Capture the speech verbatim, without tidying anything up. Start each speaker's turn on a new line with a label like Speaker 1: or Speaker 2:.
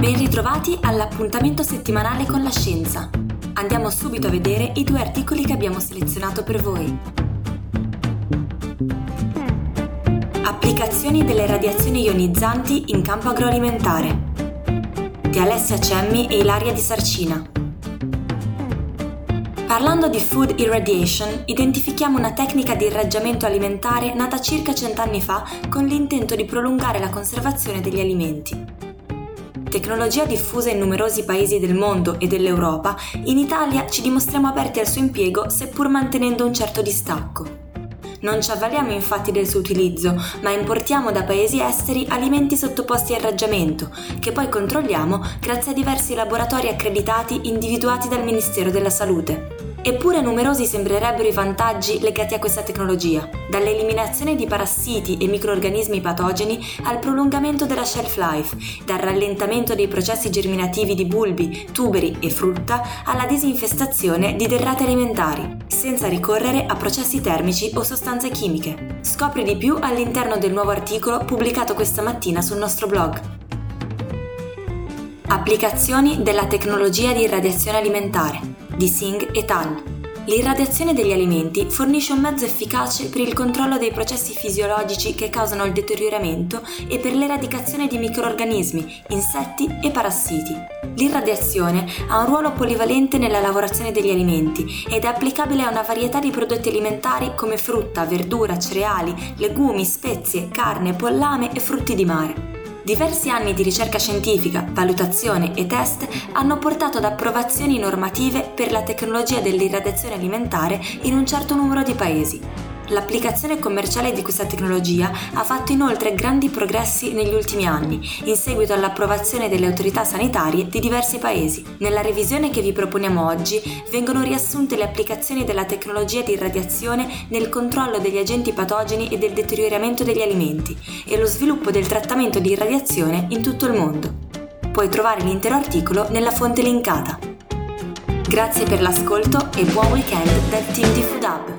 Speaker 1: Ben ritrovati all'appuntamento settimanale con la scienza. Andiamo subito a vedere i due articoli che abbiamo selezionato per voi. Applicazioni delle radiazioni ionizzanti in campo agroalimentare di Alessia Cemmi e Ilaria Di Sarcina. Parlando di food irradiation, identifichiamo una tecnica di irraggiamento alimentare nata circa cent'anni fa con l'intento di prolungare la conservazione degli alimenti. Tecnologia diffusa in numerosi paesi del mondo e dell'Europa, in Italia ci dimostriamo aperti al suo impiego seppur mantenendo un certo distacco. Non ci avvaliamo infatti del suo utilizzo, ma importiamo da paesi esteri alimenti sottoposti a irraggiamento, che poi controlliamo grazie a diversi laboratori accreditati individuati dal Ministero della Salute. Eppure numerosi sembrerebbero i vantaggi legati a questa tecnologia, dall'eliminazione di parassiti e microrganismi patogeni al prolungamento della shelf life, dal rallentamento dei processi germinativi di bulbi, tuberi e frutta alla disinfestazione di derrate alimentari, senza ricorrere a processi termici o sostanze chimiche. Scopri di più all'interno del nuovo articolo pubblicato questa mattina sul nostro blog. Applicazioni della tecnologia di irradiazione alimentare di Singh et al. L'irradiazione degli alimenti fornisce un mezzo efficace per il controllo dei processi fisiologici che causano il deterioramento e per l'eradicazione di microrganismi, insetti e parassiti. L'irradiazione ha un ruolo polivalente nella lavorazione degli alimenti ed è applicabile a una varietà di prodotti alimentari come frutta, verdura, cereali, legumi, spezie, carne, pollame e frutti di mare. Diversi anni di ricerca scientifica, valutazione e test hanno portato ad approvazioni normative per la tecnologia dell'irradiazione alimentare in un certo numero di paesi. L'applicazione commerciale di questa tecnologia ha fatto inoltre grandi progressi negli ultimi anni, in seguito all'approvazione delle autorità sanitarie di diversi paesi. Nella revisione che vi proponiamo oggi vengono riassunte le applicazioni della tecnologia di irradiazione nel controllo degli agenti patogeni e del deterioramento degli alimenti e lo sviluppo del trattamento di irradiazione in tutto il mondo. Puoi trovare l'intero articolo nella fonte linkata. Grazie per l'ascolto e buon weekend dal team di Food Hub.